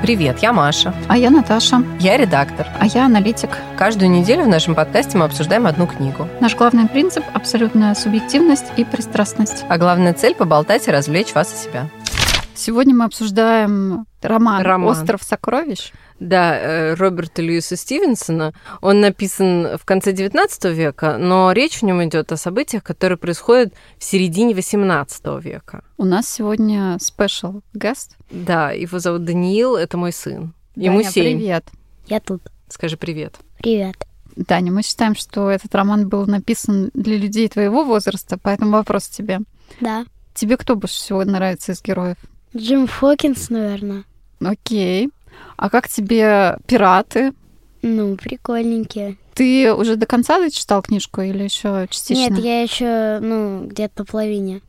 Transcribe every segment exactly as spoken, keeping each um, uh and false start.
Привет, я Маша. А я Наташа. Я редактор. А я аналитик. Каждую неделю в нашем подкасте мы обсуждаем одну книгу. Наш главный принцип – абсолютная субъективность и пристрастность. А главная цель – поболтать и развлечь вас и себя. Сегодня мы обсуждаем роман, роман. «Остров сокровищ». Да, Роберта Льюиса Стивенсона. Он написан в конце девятнадцатого века, но речь в нем идет о событиях, которые происходят в середине восемнадцатого века. У нас сегодня special guest. Да, его зовут Даниил, это мой сын. Даня, Ему семь. Привет. Я тут. Скажи привет. Привет. Даня, мы считаем, что этот роман был написан для людей твоего возраста, поэтому вопрос тебе. Да. Тебе кто больше всего нравится из героев? Джим Хокинс, наверное. Окей. А как тебе «Пираты»? Ну, прикольненькие. Ты уже до конца дочитал книжку или еще частично? Нет, я еще, ну, где-то на половине.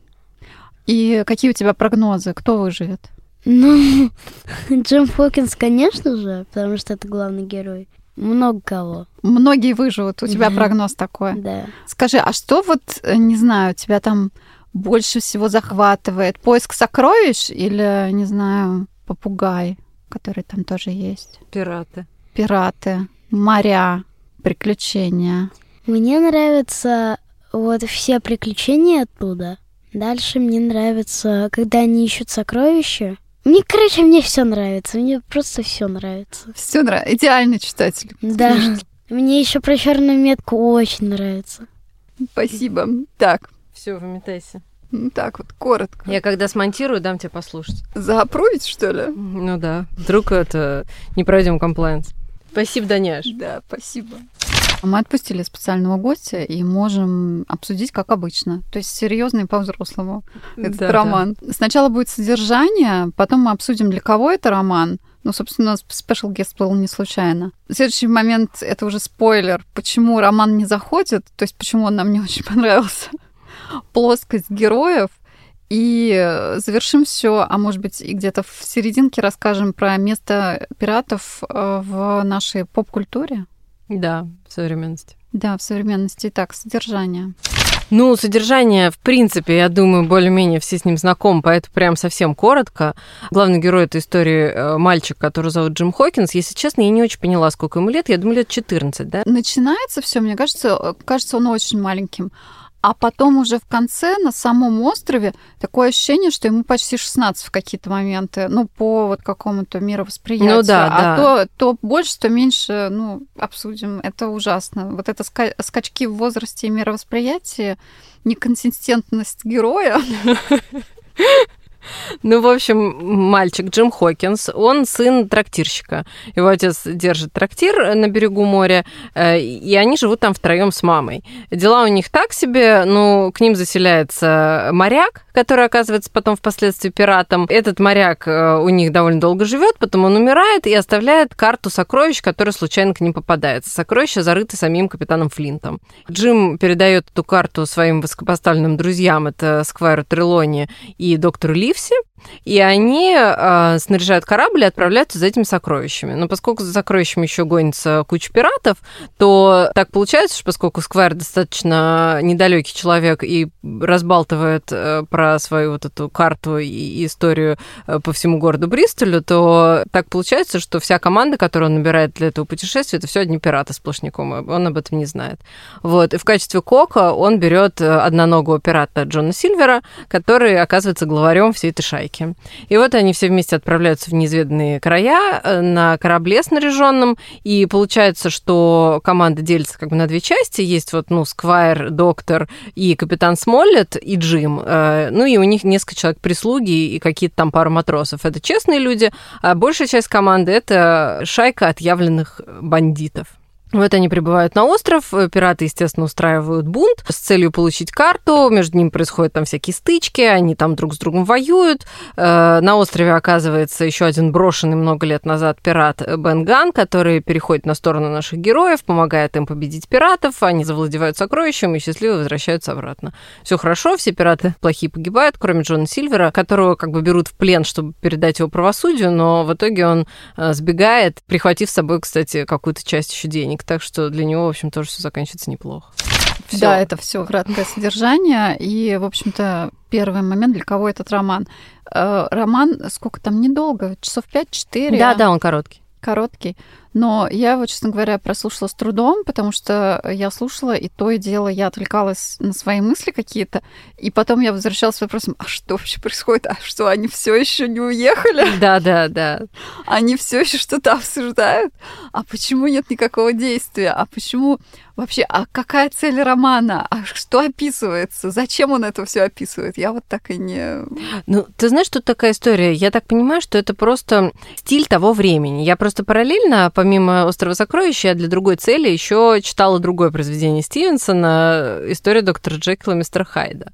И какие у тебя прогнозы? Кто выживет? Ну, Джим Хокинс, конечно же, потому что это главный герой. Много кого. Многие выживут. У тебя Да. прогноз такой. Да. Скажи, а что вот, не знаю, тебя там больше всего захватывает? Поиск сокровищ или, не знаю, попугай, который там тоже есть? Пираты. Пираты, моря, приключения. Мне нравятся вот все приключения оттуда. Дальше мне нравится, когда они ищут сокровища. Мне, короче, мне все нравится. Мне просто все нравится. Все нравится. Идеальный читатель. Да. Мне еще про черную метку очень нравится. Спасибо. Так, Все, выметайся. ну так вот, коротко. Я когда смонтирую, дам тебе послушать. Заапрувить, что ли? Ну да. Вдруг это не пройдем комплайенс. Спасибо, Даняш. Да, спасибо. Мы отпустили специального гостя и можем обсудить, как обычно. То есть серьезно и по-взрослому этот Да, роман. Сначала будет содержание, потом мы обсудим, для кого это роман. Ну, собственно, спешл гест был не случайно. Следующий момент — это уже спойлер. Почему роман не заходит, то есть почему он нам не очень понравился. Плоскость героев. И завершим все, а может быть, и где-то в серединке расскажем про место пиратов в нашей поп-культуре. Да, в современности. Да, в современности. Итак, содержание. Ну, содержание, в принципе, я думаю, более-менее все с ним знакомы, поэтому прям совсем коротко. Главный герой этой истории — мальчик, который зовут Джим Хокинс. Если честно, я не очень поняла, сколько ему лет. Я думаю, лет четырнадцать, да? Начинается все, мне кажется, кажется, он очень маленьким. А потом уже в конце на самом острове такое ощущение, что ему почти шестнадцать в какие-то моменты, ну, по вот какому-то мировосприятию. Ну да, а да. то, то больше, то меньше, ну, обсудим. Это ужасно. Вот это ска- скачки в возрасте и мировосприятии, неконсистентность героя. Ну, в общем, мальчик Джим Хокинс, он сын трактирщика. Его отец держит трактир на берегу моря, и они живут там втроем с мамой. Дела у них так себе, ну, к ним заселяется моряк, который оказывается потом впоследствии пиратом. Этот моряк у них довольно долго живет, потом он умирает и оставляет карту сокровищ, которая случайно к ним попадается. Сокровища зарыты самим капитаном Флинтом. Джим передает эту карту своим высокопоставленным друзьям, это Сквайру Трелони и доктору Ливси, и они э, снаряжают корабль и отправляются за этими сокровищами. Но поскольку за сокровищами еще гонится куча пиратов, то так получается, что поскольку Сквайр достаточно недалекий человек и разбалтывает э, про свою вот эту карту и историю э, по всему городу Бристолю, то так получается, что вся команда, которую он набирает для этого путешествия, это все одни пираты сплошняком, он об этом не знает. Вот. И в качестве кока он берет одноногого пирата Джона Сильвера, который оказывается главарем всей этой шайки. И вот они все вместе отправляются в неизведанные края на корабле снаряженном, и получается, что команда делится как бы на две части. Есть вот, ну, Сквайр, доктор и капитан Смоллет и Джим. Ну, и у них несколько человек прислуги и какие-то там пару матросов. Это честные люди, а большая часть команды — это шайка отъявленных бандитов. Вот они прибывают на остров, пираты, естественно, устраивают бунт с целью получить карту, между ними происходят там всякие стычки, они там друг с другом воюют. На острове оказывается еще один брошенный много лет назад пират Бен Ганн, который переходит на сторону наших героев, помогает им победить пиратов, они завладевают сокровищем и счастливо возвращаются обратно. Все хорошо, все пираты плохие погибают, кроме Джона Сильвера, которого как бы берут в плен, чтобы передать его правосудию, но в итоге он сбегает, прихватив с собой, кстати, какую-то часть еще денег. Так что для него, в общем, тоже все заканчивается неплохо. Всё. Да, это все краткое содержание. И, в общем-то, первый момент, для кого этот роман. Э, роман, сколько там, недолго, часов пять-четыре. Да, да, он короткий. Короткий. Но я его, честно говоря, прослушала с трудом, потому что я слушала, и то и дело я отвлекалась на свои мысли какие-то, и потом я возвращалась с вопросом, а что вообще происходит? А что, они все еще не уехали? Да, да, да. Они все еще что-то обсуждают? А почему нет никакого действия? А почему вообще? А какая цель романа? А что описывается? Зачем он это все описывает? Я вот так и не... Ну, ты знаешь, тут такая история. Я так понимаю, что это просто стиль того времени. Я просто параллельно, помимо «Острова сокровищ», я для другой цели еще читала другое произведение Стивенсона «История доктора Джекила и мистера Хайда».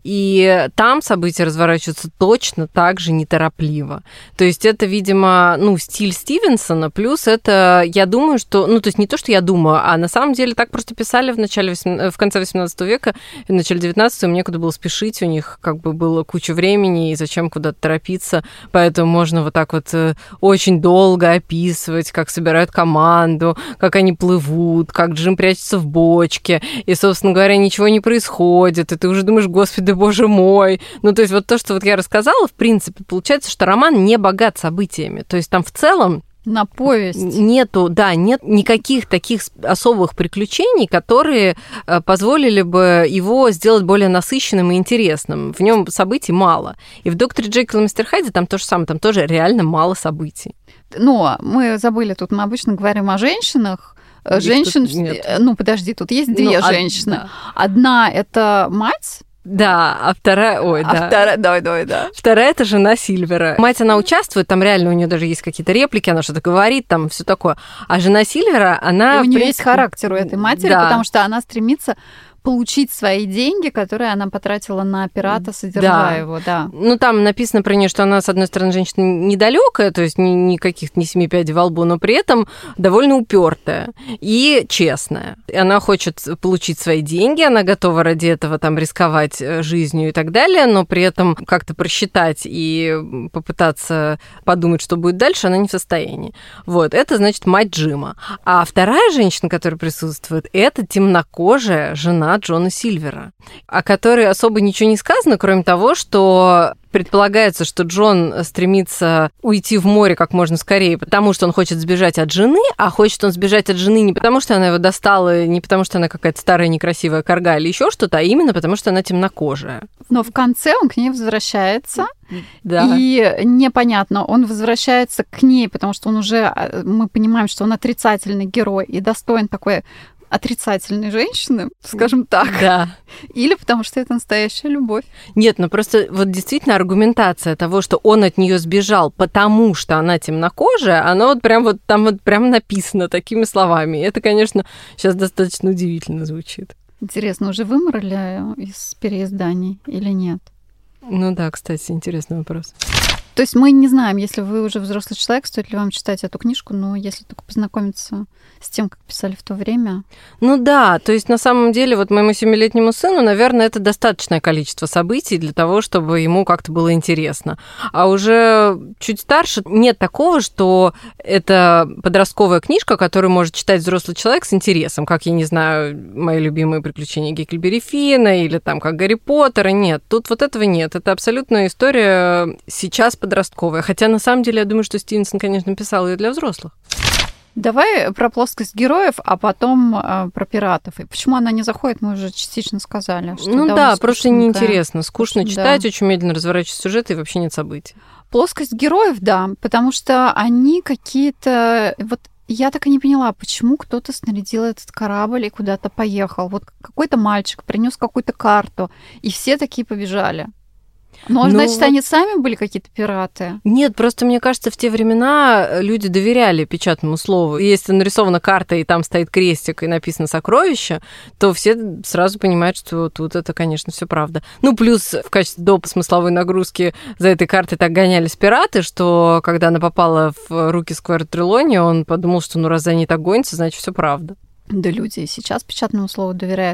И там события разворачиваются точно так же неторопливо. То есть это, видимо, ну, стиль Стивенсона, плюс это, я думаю, что... Ну, то есть не то, что я думаю, а на самом деле так просто писали в, начале, в конце восемнадцатого века, в начале девятнадцатого, им некуда было спешить, у них как бы было куча времени, и зачем куда-то торопиться, поэтому можно вот так вот очень долго описывать, как собирают команду, как они плывут, как Джим прячется в бочке, и, собственно говоря, ничего не происходит, и ты уже думаешь, господи, боже мой. Ну, то есть вот то, что вот я рассказала, в принципе, получается, что роман не богат событиями. То есть там в целом на повесть. Нету, да, нет никаких таких особых приключений, которые позволили бы его сделать более насыщенным и интересным. В нем событий мало. И в «Докторе Джекил и мистер Хайде» там то же самое, там тоже реально мало событий. Но мы забыли, тут мы обычно говорим о женщинах. Их Женщин, ну подожди, тут есть две ну, женщины. Да. Одна это мать. Да, а вторая, ой, а да. Вторая, давай, давай, да. Вторая это жена Сильвера. Мать, она участвует, там реально у нее даже есть какие-то реплики, она что-то говорит, там все такое. А жена Сильвера, она... И у нее принципе... есть характер у этой матери, да. потому что она стремится получить свои деньги, которые она потратила на пирата, содержа да. его, да. Ну, там написано про нее, что она, с одной стороны, женщина недалекая, то есть ни, никаких ни семи пядей во лбу, но при этом довольно упертая и честная. И она хочет получить свои деньги, она готова ради этого там рисковать жизнью и так далее, но при этом как-то просчитать и попытаться подумать, что будет дальше, она не в состоянии. Вот, это, значит, мать Джима. А вторая женщина, которая присутствует, это темнокожая жена Джона Сильвера, о которой особо ничего не сказано, кроме того, что предполагается, что Джон стремится уйти в море как можно скорее, потому что он хочет сбежать от жены, а хочет он сбежать от жены не потому, что она его достала, не потому, что она какая-то старая некрасивая карга или еще что-то, а именно потому, что она темнокожая. Но в конце он к ней возвращается, да. И непонятно, он возвращается к ней, потому что он уже, мы понимаем, что он отрицательный герой и достоин такой отрицательной женщины, скажем так. Да. Или потому что это настоящая любовь. Нет, ну просто вот действительно аргументация того, что он от нее сбежал, потому что она темнокожая, она вот прям вот там вот прям написано такими словами. И это, конечно, сейчас достаточно удивительно звучит. Интересно, уже выморали из переизданий или нет? Ну да, кстати, интересный вопрос. То есть мы не знаем, если вы уже взрослый человек, стоит ли вам читать эту книжку, но если только познакомиться с тем, как писали в то время. Ну да, то есть на самом деле вот моему семилетнему сыну, наверное, это достаточное количество событий для того, чтобы ему как-то было интересно. А уже чуть старше нет такого, что это подростковая книжка, которую может читать взрослый человек с интересом, как, я не знаю, мои любимые приключения Гекльберри Финна или там как Гарри Поттера. Нет, тут вот этого нет. Это абсолютная история сейчас подростковая. Хотя на самом деле я думаю, что Стивенсон, конечно, писал ее для взрослых. Давай про плоскость героев, а потом э, про пиратов. И почему она не заходит, мы уже частично сказали. Что ну да, просто неинтересно. Скучно Скучно, читать, да. Очень медленно разворачивать сюжет, и вообще нет событий. Плоскость героев, да, потому что они какие-то... Вот я так и не поняла, почему кто-то снарядил этот корабль и куда-то поехал. Вот какой-то мальчик принес какую-то карту, и все такие побежали. Ну, а значит, они сами были какие-то пираты? Нет, просто мне кажется, в те времена люди доверяли печатному слову. И если нарисована карта, и там стоит крестик, и написано «сокровище», то все сразу понимают, что тут это, конечно, все правда. Ну, плюс в качестве доп. Смысловой нагрузки за этой картой так гонялись пираты, что когда она попала в руки Сквайра Трелони, он подумал, что ну раз за ней так гонятся, значит, все правда. Да люди и сейчас печатному слову доверяют.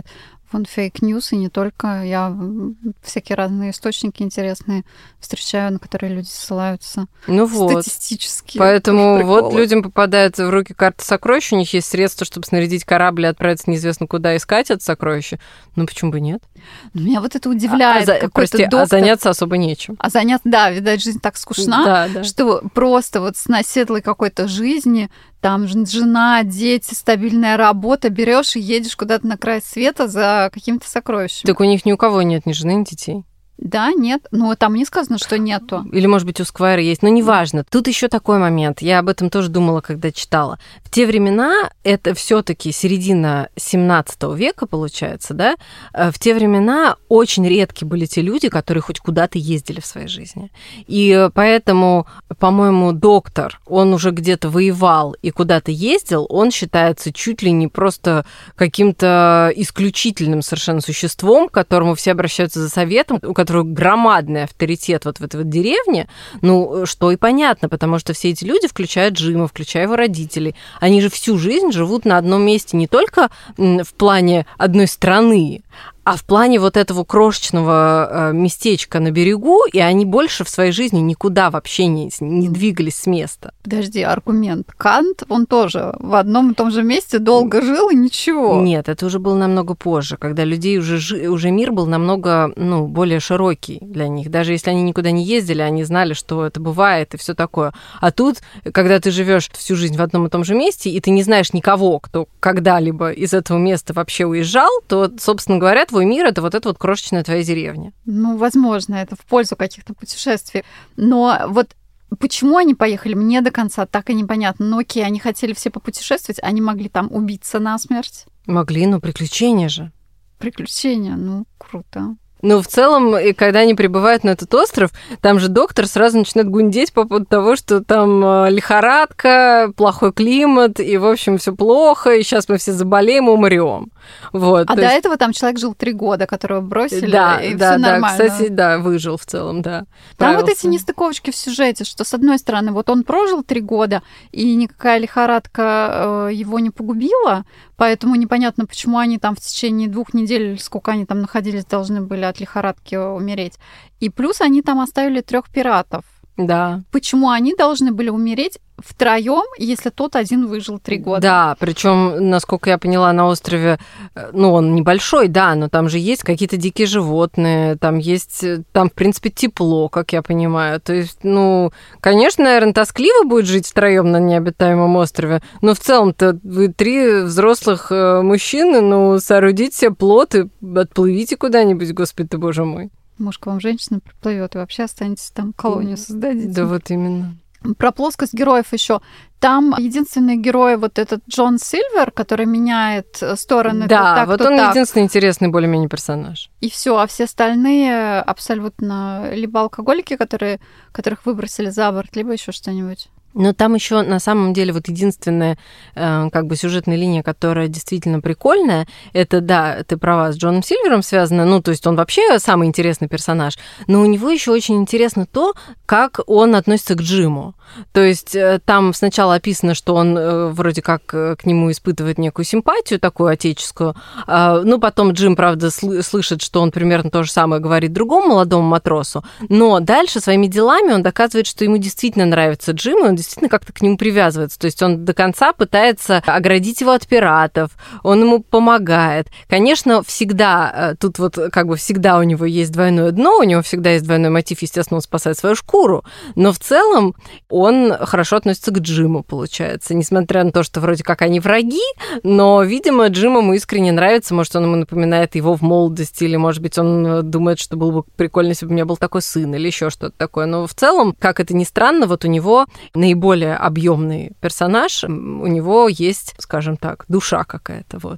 Вон фейк-ньюс, и не только. Я всякие разные источники интересные встречаю, на которые люди ссылаются. Ну вот. Статистически. Поэтому вот людям попадается в руки карта сокровищ, у них есть средства, чтобы снарядить корабль и отправиться неизвестно куда искать это сокровище. Ну почему бы нет? Но меня вот это удивляет. А, а, прости, доктор... а заняться особо нечем. А заняться, да, видать, жизнь так скучна, да, да. что просто вот с наседлой какой-то жизни, там жена, дети, стабильная работа, берешь и едешь куда-то на край света за какими-то сокровищами. Так у них ни у кого нет ни жены, ни детей. Да, нет. Но там не сказано, что нету. Или, может быть, у Сквайра есть. Но неважно. Тут еще такой момент. Я об этом тоже думала, когда читала. В те времена, это все-таки середина семнадцатого века, получается, да? В те времена очень редки были те люди, которые хоть куда-то ездили в своей жизни. И поэтому, по-моему, доктор, он уже где-то воевал и куда-то ездил, он считается чуть ли не просто каким-то исключительным совершенно существом, к которому все обращаются за советом, у которого громадный авторитет вот в этой вот деревне, ну, что и понятно, потому что все эти люди, включая Джима, включая его родителей, они же всю жизнь живут на одном месте не только в плане одной страны, а в плане вот этого крошечного местечка на берегу, и они больше в своей жизни никуда вообще не, не двигались с места. Подожди, аргумент. Кант, он тоже в одном и том же месте долго жил, и ничего. Нет, это уже было намного позже, когда людей уже, жи... уже мир был намного, ну, более широкий для них. Даже если они никуда не ездили, они знали, что это бывает и все такое. А тут, когда ты живешь всю жизнь в одном и том же месте, и ты не знаешь никого, кто когда-либо из этого места вообще уезжал, то, собственно говоря, твой мир — это вот эта вот крошечная твоя деревня. Ну, возможно, это в пользу каких-то путешествий. Но вот почему они поехали, мне до конца так и непонятно. Ну, окей, они хотели все попутешествовать, они могли там убиться насмерть. Могли, но приключения же. Приключения, ну, круто. Ну, в целом, и когда они прибывают на этот остров, там же доктор сразу начинает гундеть по поводу того, что там лихорадка, плохой климат, и, в общем, все плохо, и сейчас мы все заболеем и умрем. Вот, а до есть... этого там человек жил три года, которого бросили, да, и да, все да, нормально. Кстати, да, выжил в целом, да. Там вот эти нестыковочки в сюжете, что, с одной стороны, вот он прожил три года, и никакая лихорадка э, его не погубила, поэтому непонятно, почему они там в течение двух недель, сколько они там находились, должны были от лихорадки умереть. И плюс они там оставили трех пиратов. Да. Почему они должны были умереть втроем, если тот один выжил три года? Да, причем, насколько я поняла, на острове, ну, он небольшой, да, но там же есть какие-то дикие животные, там есть, там, в принципе, тепло, как я понимаю. То есть, ну, конечно, наверное, тоскливо будет жить втроем на необитаемом острове, но в целом-то вы три взрослых мужчины, ну, соорудите себе плот и отплывите куда-нибудь, господи ты, боже мой. Может, к вам женщина приплывет, и вообще останетесь там, колонию создадите. Да вот именно. Про плоскость героев еще. Там единственный герой вот этот Джон Сильвер, который меняет стороны. Да, то так, вот то он так. единственный интересный более-менее персонаж. И все, а все остальные абсолютно либо алкоголики, которые, которых выбросили за борт, либо еще что-нибудь. Но там еще на самом деле вот единственная э, как бы сюжетная линия, которая действительно прикольная, это, да, ты права, с Джоном Сильвером связана, ну, то есть он вообще самый интересный персонаж, но у него еще очень интересно то, как он относится к Джиму. То есть э, там сначала описано, что он э, вроде как э, к нему испытывает некую симпатию, такую отеческую, э, ну, потом Джим, правда, сл- слышит, что он примерно то же самое говорит другому молодому матросу, но дальше своими делами он доказывает, что ему действительно нравится Джим, и он действительно как-то к нему привязывается. То есть он до конца пытается оградить его от пиратов, он ему помогает. Конечно, всегда, тут вот как бы всегда у него есть двойное дно, у него всегда есть двойной мотив, естественно, он спасает свою шкуру, но в целом он хорошо относится к Джиму, получается. Несмотря на то, что вроде как они враги, но, видимо, Джим ему искренне нравится, может, он ему напоминает его в молодости, или, может быть, он думает, что было бы прикольно, если бы у меня был такой сын, или еще что-то такое. Но в целом, как это ни странно, вот у него наиболее объемный персонаж, у него есть, скажем так, душа какая-то, вот.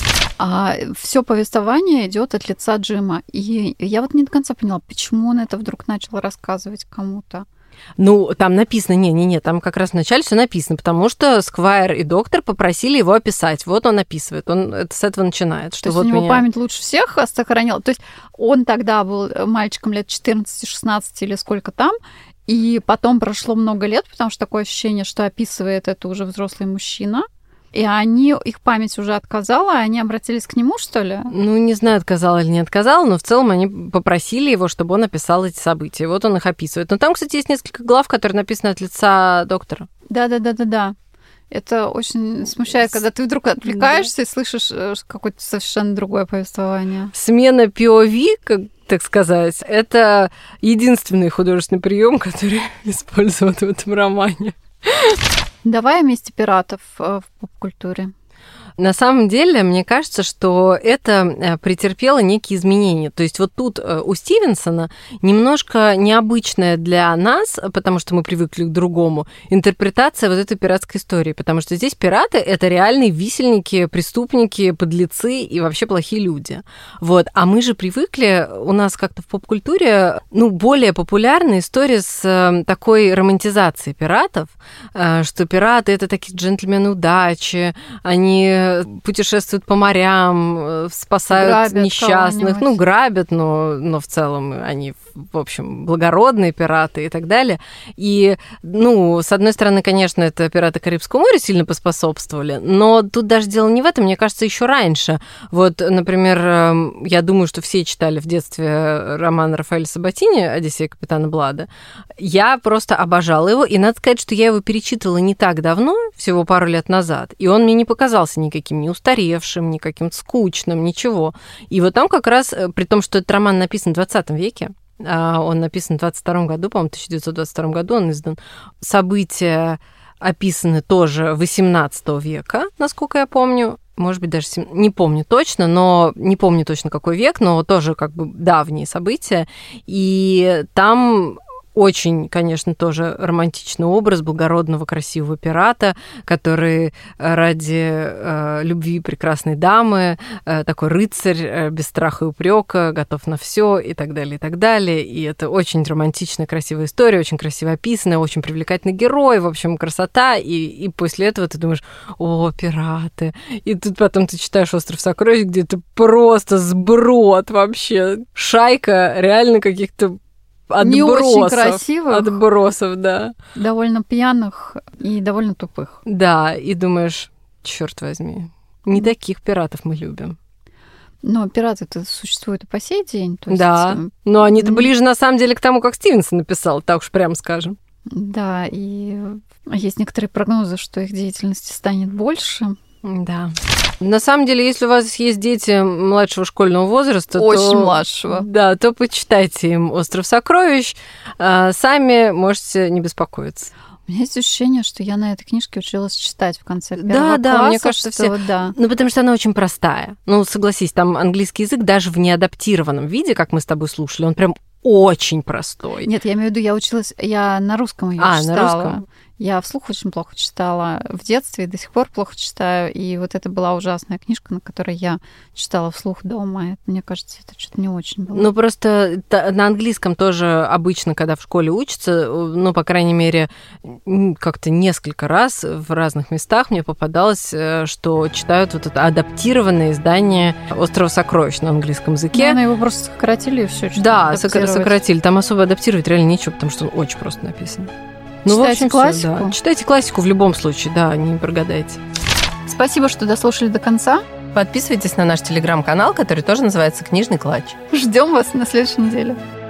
А все повествование идет от лица Джима. И я вот не до конца поняла, почему он это вдруг начал рассказывать кому-то. Ну, там написано, не-не-не, там как раз вначале все написано, потому что Сквайр и доктор попросили его описать. Вот он описывает, он это с этого начинает. Что То есть вот у него меня... память лучше всех сохранила. То есть он тогда был мальчиком лет четырнадцать-шестнадцать или сколько там, и потом прошло много лет, потому что такое ощущение, что описывает это уже взрослый мужчина. И они, их память уже отказала, и они обратились к нему, что ли? Ну, не знаю, отказала или не отказала, но в целом они попросили его, чтобы он описал эти события. Вот он их описывает. Но там, кстати, есть несколько глав, которые написаны от лица доктора. Да-да-да-да-да. Это очень смущает, когда ты вдруг отвлекаешься да. и слышишь какое-то совершенно другое повествование. Смена пи о ви, как так сказать, это единственный художественный прием, который используют в этом романе. Давай о месте пиратов в поп-культуре. На самом деле, мне кажется, что это претерпело некие изменения. То есть вот тут у Стивенсона немножко необычная для нас, потому что мы привыкли к другому, интерпретация вот этой пиратской истории. Потому что здесь пираты — это реальные висельники, преступники, подлецы и вообще плохие люди. Вот. А мы же привыкли, у нас как-то в поп-культуре, ну, более популярная история с такой романтизацией пиратов, что пираты — это такие джентльмены удачи, они путешествуют по морям, спасают грабят несчастных, ну, грабят, но, но в целом они, в общем, благородные пираты и так далее. И, ну, с одной стороны, конечно, это пираты Карибского моря сильно поспособствовали, но тут даже дело не в этом, мне кажется, еще раньше. Вот, например, я думаю, что все читали в детстве роман Рафаэля Сабатини «Одиссея капитана Блада». Я просто обожала его, и надо сказать, что я его перечитывала не так давно, всего пару лет назад, и он мне не показался никаким не устаревшим, ни каким-то скучным, ничего. И вот там как раз, при том, что этот роман написан в двадцатом веке, он написан в двадцать втором году, по-моему, в тысяча девятьсот двадцать втором году он издан, события описаны тоже восемнадцатого века, насколько я помню, может быть, даже не помню точно, но не помню точно, какой век, но тоже как бы давние события. И там очень, конечно, тоже романтичный образ благородного, красивого пирата, который ради э, любви прекрасной дамы, э, такой рыцарь, э, без страха и упрека, готов на все и так далее, и так далее. И это очень романтичная, красивая история, очень красиво описанная, очень привлекательный герой, в общем, красота. И, и после этого ты думаешь: о, пираты. И тут потом ты читаешь «Остров сокровищ», где это просто сброд вообще. Шайка реально каких-то отбросов. Не очень красивых. Отбросов, да. Довольно пьяных и довольно тупых. Да, и думаешь, черт возьми, не mm. таких пиратов мы любим. Но пираты-то существуют и по сей день. То да, есть... но они-то mm. ближе, на самом деле, к тому, как Стивенсон написал, так уж прямо скажем. Да, и есть некоторые прогнозы, что их деятельности станет больше. Да. На самом деле, если у вас есть дети младшего школьного возраста, очень то, младшего, да, то почитайте им «Остров сокровищ». Сами можете не беспокоиться. У меня есть ощущение, что я на этой книжке училась читать в конце первого да, класса. Да, да, мне кажется, что, все. Да. Ну, потому что она очень простая. Ну, согласись, там английский язык даже в неадаптированном виде, как мы с тобой слушали, он прям очень простой. Нет, я имею в виду, я училась, я на русском ее а, читала. На русском? Я вслух очень плохо читала в детстве и до сих пор плохо читаю. И вот это была ужасная книжка, на которой я читала вслух дома. Мне кажется, это что-то не очень было. Ну, просто на английском тоже обычно, когда в школе учатся, ну, по крайней мере, как-то несколько раз в разных местах мне попадалось, что читают вот это адаптированное издание «Острова сокровищ» на английском языке. Ну, его просто сократили и все. Да, сократили. Там особо адаптировать реально нечего, потому что он очень просто написан. Ну, читайте в общем, классику. Всё, да. Читайте классику в любом случае, да, не прогадайте. Спасибо, что дослушали до конца. Подписывайтесь на наш телеграм-канал, который тоже называется «Книжный клатч». Ждем вас на следующей неделе.